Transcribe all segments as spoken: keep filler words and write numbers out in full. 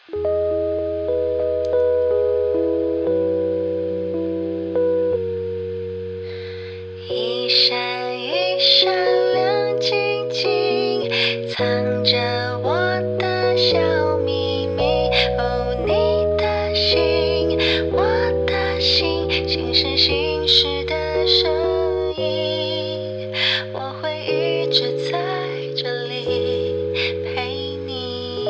一闪一闪亮晶晶，藏着我的小秘密。哦，你的心，我的心，心是心事的声音。我会一直在这里陪你。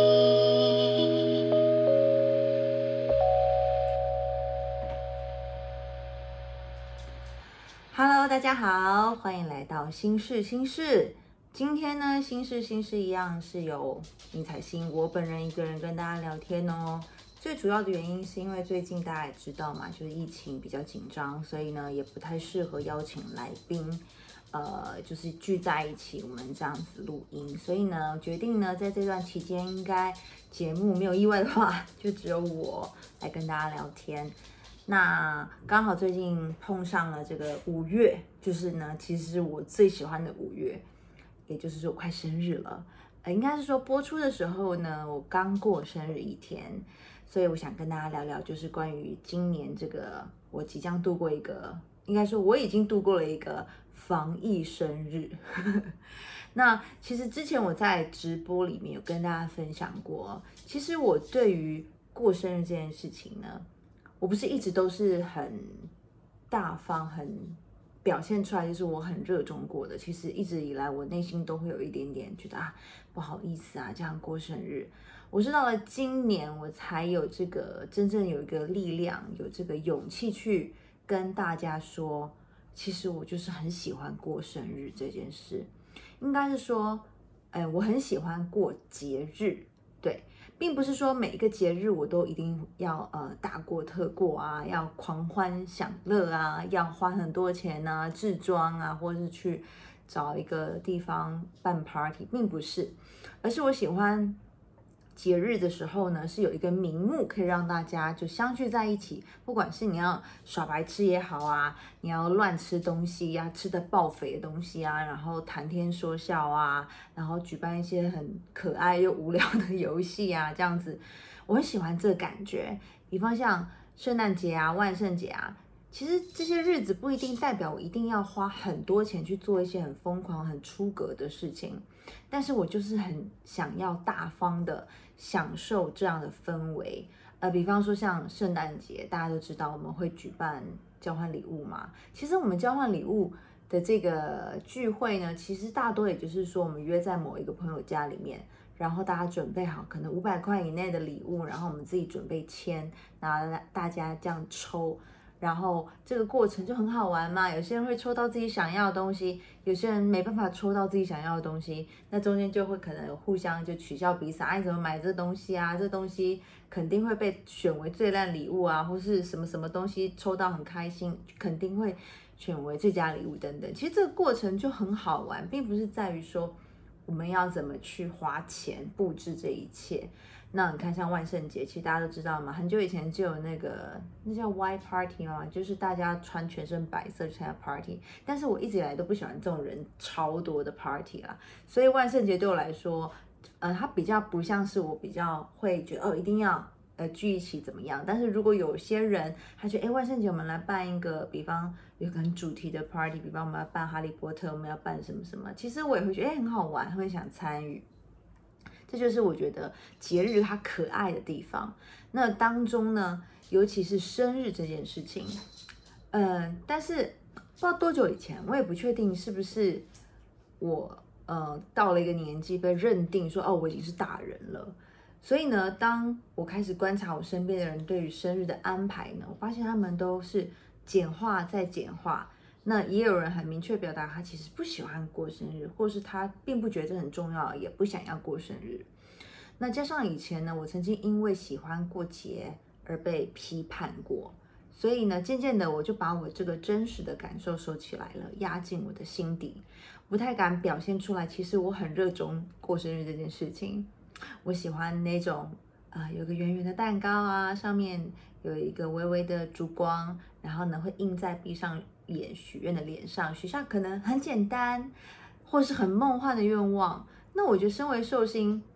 Hello，大家好，欢迎来到心事心事。今天呢，心事心事一样是由宁采欣我本人一个人跟大家聊天哦。最主要的原因是因为最近大家也知道嘛，就是疫情比较紧张，所以呢也不太适合邀请来宾，呃，就是聚在一起我们这样子录音。所以呢，决定呢在这段期间，应该节目没有意外的话，就只有我来跟大家聊天。那刚好最近碰上了这个五月，就是呢，其实是我最喜欢的五月，也就是说我快生日了。呃，应该是说播出的时候呢，我刚过生日一天，所以我想跟大家聊聊，就是关于今年这个我即将度过一个，应该说我已经度过了一个防疫生日。那其实之前我在直播里面有跟大家分享过，其实我对于过生日这件事情呢，我不是一直都是很大方、很表现出来，就是我很热衷过的。其实一直以来，我内心都会有一点点觉得啊，不好意思啊，这样过生日。我是到了今年，我才有这个真正有一个力量，有这个勇气去跟大家说，其实我就是很喜欢过生日这件事。应该是说，哎，我很喜欢过节日，对。并不是说每一个节日我都一定要呃大过特过啊，要狂欢享乐啊，要花很多钱啊，置装啊，或者是去找一个地方办 party， 并不是，而是我喜欢节日的时候呢，是有一个名目可以让大家就相聚在一起，不管是你要耍白痴也好啊，你要乱吃东西呀、啊，吃得爆肥的东西啊，然后谈天说笑啊，然后举办一些很可爱又无聊的游戏啊，这样子，我很喜欢这个感觉。比方像圣诞节啊、万圣节啊，其实这些日子不一定代表我一定要花很多钱去做一些很疯狂、很出格的事情，但是我就是很想要大方的享受这样的氛围。呃，比方说像圣诞节，大家都知道我们会举办交换礼物嘛。其实我们交换礼物的这个聚会呢，其实大多也就是说我们约在某一个朋友家里面，然后大家准备好可能五百块以内的礼物，然后我们自己准备签，然后大家这样抽。然后这个过程就很好玩嘛，有些人会抽到自己想要的东西，有些人没办法抽到自己想要的东西，那中间就会可能有互相就取笑彼此，哎，怎么买这东西啊？这东西肯定会被选为最烂礼物啊，或是什么什么东西抽到很开心，肯定会选为最佳礼物等等。其实这个过程就很好玩，并不是在于说我们要怎么去花钱布置这一切。那你看，像万圣节，其实大家都知道嘛，很久以前就有那个那叫 White Party 嘛，就是大家穿全身白色去参加 party。但是我一直以来都不喜欢这种人超多的 party 啦，所以万圣节对我来说，呃，它比较不像是我比较会觉得哦，一定要呃聚一起怎么样。但是如果有些人他觉得，哎，万圣节我们来办一个，比方有个很主题的 party， 比方我们要办哈利波特，我们要办什么什么，其实我也会觉得，哎，很好玩，会想参与。这就是我觉得节日它可爱的地方。那当中呢，尤其是生日这件事情，嗯，但是不知道多久以前，我也不确定是不是我呃到了一个年纪被认定说，哦，我已经是大人了。所以呢，当我开始观察我身边的人对于生日的安排呢，我发现他们都是简化再简化。那也有人很明确表达他其实不喜欢过生日，或是他并不觉得这很重要，也不想要过生日。那加上以前呢，我曾经因为喜欢过节而被批判过，所以呢，渐渐的我就把我这个真实的感受收起来了，压进我的心底，不太敢表现出来。其实我很热衷过生日这件事情，我喜欢那种啊、呃，有个圆圆的蛋糕啊，上面有一个微微的烛光，然后呢会印在闭上眼许愿的脸上，许下可能很简单或是很梦幻的愿望。那我觉得身为寿星，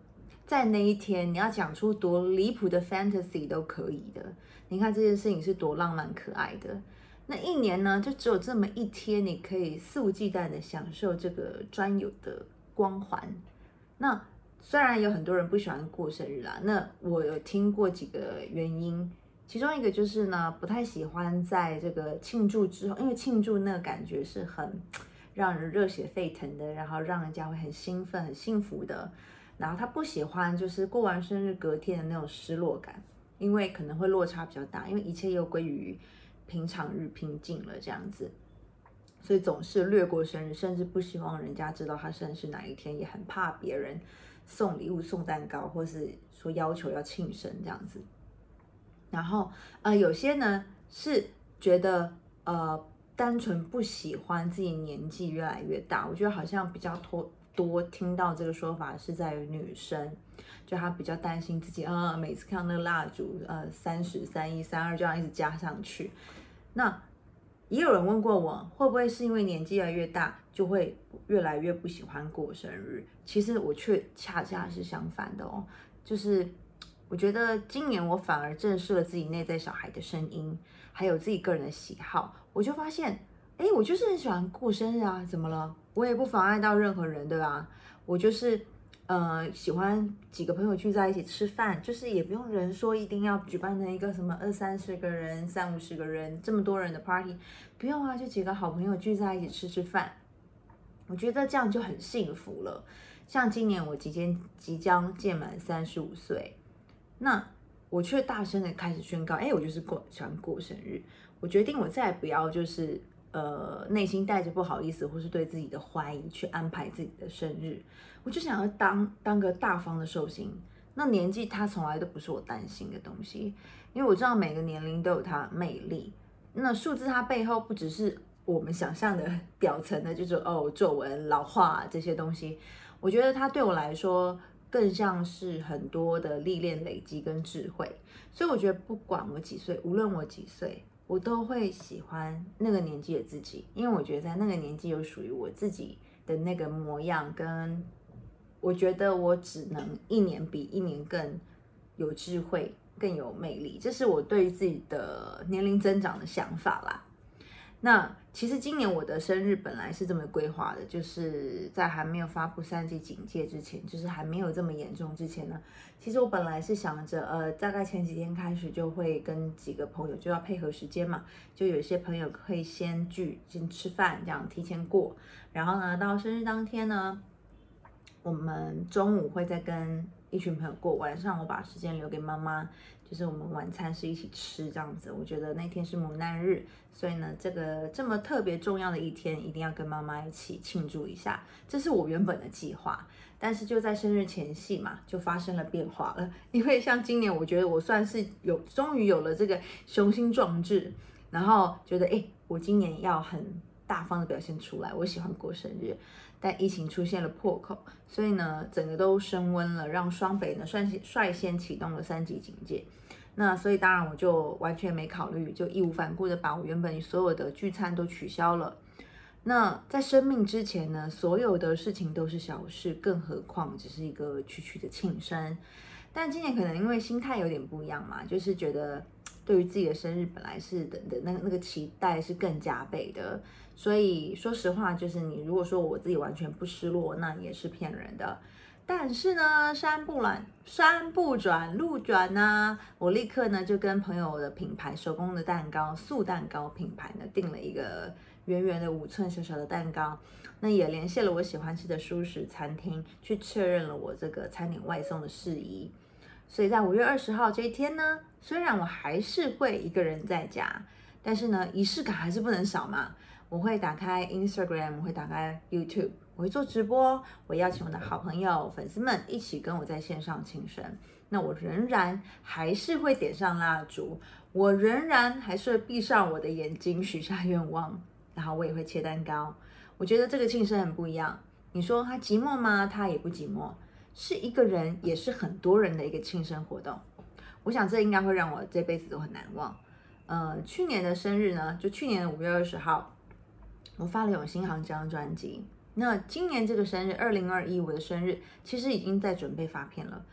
在那一天你要讲出多离谱的 fantasy 都可以的。你看这件事情是多浪漫可爱的。那一年呢，就只有这么一天，你可以肆无忌惮的享受这个专有的光环。那虽然有很多人不喜欢过生日啦，那我有听过几个原因，其中一个就是呢，不太喜欢在这个庆祝之后，因为庆祝那个感觉是很让人热血沸腾的，然后让人家会很兴奋、很幸福的。然后他不喜欢就是过完生日隔天的那种失落感，因为可能会落差比较大，因为一切又归于平常日平静了这样子，所以总是略过生日，甚至不希望人家知道他生日是哪一天，也很怕别人送礼物、送蛋糕，或是说要求要庆生这样子。然后呃，有些呢是觉得呃单纯不喜欢自己年纪越来越大，我觉得好像比较多多听到这个说法是在于女生，就她比较担心自己呃每次看到那个蜡烛呃三十、三一、三二这样一直加上去。那也有人问过我，会不会是因为年纪越来越大，就会越来越不喜欢过生日？其实我却恰恰是相反的哦，就是我觉得今年我反而正视了自己内在小孩的声音，还有自己个人的喜好，我就发现，哎，我就是很喜欢过生日啊，怎么了？我也不妨碍到任何人，对吧？我就是呃喜欢几个朋友聚在一起吃饭，就是也不用人说一定要举办成一个什么二三十个人、三五十个人这么多人的 party， 不用啊，就几个好朋友聚在一起吃吃饭，我觉得这样就很幸福了。像今年我即将即将届满三十五岁，那我却大声的开始宣告，哎，我就是过喜欢过生日，我决定我再也不要就是呃内心带着不好意思或是对自己的怀疑去安排自己的生日，我就想要当当个大方的寿星。那年纪它从来都不是我担心的东西，因为我知道每个年龄都有它的魅力。那数字它背后不只是我们想象的表层的，就是哦皱纹、老化这些东西，我觉得它对我来说更像是很多的历练累积跟智慧。所以我觉得不管我几岁，无论我几岁，我都会喜欢那个年纪的自己，因为我觉得在那个年纪有属于我自己的那个模样，跟我觉得我只能一年比一年更有智慧、更有魅力，这是我对于自己的年龄增长的想法啦。那其实今年我的生日本来是这么规划的，就是在还没有发布三级警戒之前，就是还没有这么严重之前呢，其实我本来是想着，呃，大概前几天开始就会跟几个朋友就要配合时间嘛，就有一些朋友可以先聚先吃饭，这样提前过，然后呢，到生日当天呢，我们中午会再跟一群朋友过，晚上我把时间留给妈妈，就是我们晚餐是一起吃这样子。我觉得那天是母难日，所以呢，这个这么特别重要的一天，一定要跟妈妈一起庆祝一下，这是我原本的计划。但是就在生日前夕嘛，就发生了变化了。因为像今年，我觉得我算是有终于有了这个雄心壮志，然后觉得哎，我今年要很大方的表现出来，我喜欢过生日。但疫情出现了破口，所以呢，整个都升温了，让双北呢率先率先启动了三级警戒。那所以当然我就完全没考虑，就义无反顾的把我原本所有的聚餐都取消了。那在生命之前呢，所有的事情都是小事，更何况只是一个区区的庆生。但今年可能因为心态有点不一样嘛，就是觉得对于自己的生日本来是的的那那个期待是更加倍的。所以说实话，就是你如果说我自己完全不失落，那也是骗人的。但是呢，山不转山不转路转啊，我立刻呢就跟朋友的品牌手工的蛋糕素蛋糕品牌呢订了一个圆圆的五寸小小的蛋糕，那也联系了我喜欢吃的蔬食餐厅，去确认了我这个餐点外送的事宜。所以在五月二十号这一天呢，虽然我还是会一个人在家，但是呢仪式感还是不能少嘛。我会打开 Instagram， 我会打开 YouTube， 我会做直播，我邀请我的好朋友、粉丝们一起跟我在线上庆生。那我仍然还是会点上蜡烛，我仍然还是会闭上我的眼睛许下愿望，然后我也会切蛋糕。我觉得这个庆生很不一样。你说他寂寞吗？他也不寂寞，是一个人也是很多人的一个庆生活动。我想这应该会让我这辈子都很难忘。呃，去年的生日呢，就去年的五月二十号。我发了《永新航》这张专辑，那今年这个生日，二零二一我的生日，其实已经在准备发片了。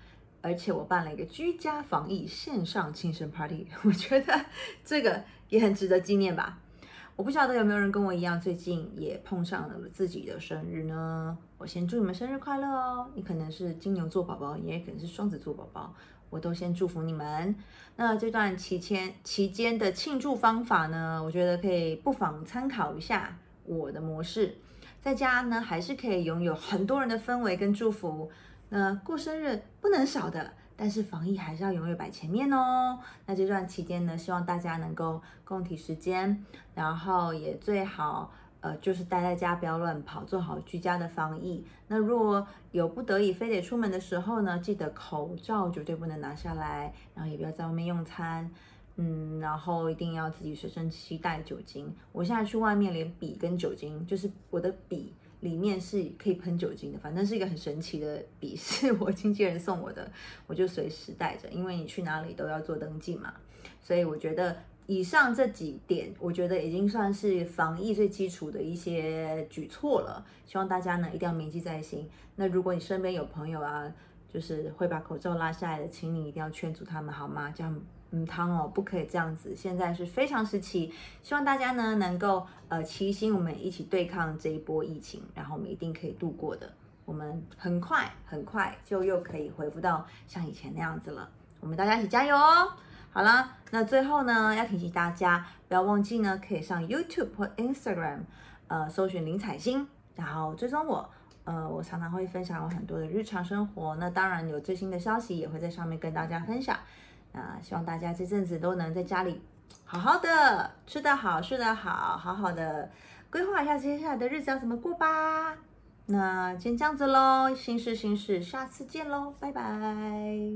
而且我办了一个居家防疫线上庆生 party， 我觉得这个也很值得纪念吧。我不晓得有没有人跟我一样，最近也碰上了自己的生日呢？我先祝你们生日快乐哦！你可能是金牛座宝宝，也可能是双子座宝宝，我都先祝福你们。那这段期间期间的庆祝方法呢，我觉得可以不妨参考一下我的模式。在家呢，还是可以拥有很多人的氛围跟祝福。那过生日不能少的，但是防疫还是要永远摆前面哦。那这段期间呢，希望大家能够共体时间，然后也最好呃就是待在家，不要乱跑，做好居家的防疫。那如果有不得已非得出门的时候呢，记得口罩绝对不能拿下来，然后也不要在外面用餐。嗯，然后一定要自己随身携带酒精。我现在去外面连笔跟酒精，就是我的笔里面是可以喷酒精的，反正是一个很神奇的笔，是我经纪人送我的，我就随时带着，因为你去哪里都要做登记嘛。所以我觉得以上这几点，我觉得已经算是防疫最基础的一些举措了。希望大家呢一定要铭记在心。那如果你身边有朋友啊，就是会把口罩拉下来的，请你一定要劝阻他们好吗？这样嗯汤哦，不可以这样子。现在是非常时期，希望大家呢能够呃齐心，我们一起对抗这一波疫情，然后我们一定可以度过的。我们很快很快就又可以恢复到像以前那样子了。我们大家一起加油哦！好了，那最后呢，要提醒大家，不要忘记呢，可以上 YouTube 或 Instagram， 呃，搜寻林采欣，然后追踪我。呃，我常常会分享我很多的日常生活，那当然有最新的消息也会在上面跟大家分享。那希望大家这阵子都能在家里好好的吃得好，睡得好，好好的规划一下接下来的日子要怎么过吧。那先这样子咯，心事心事，下次见咯，拜拜。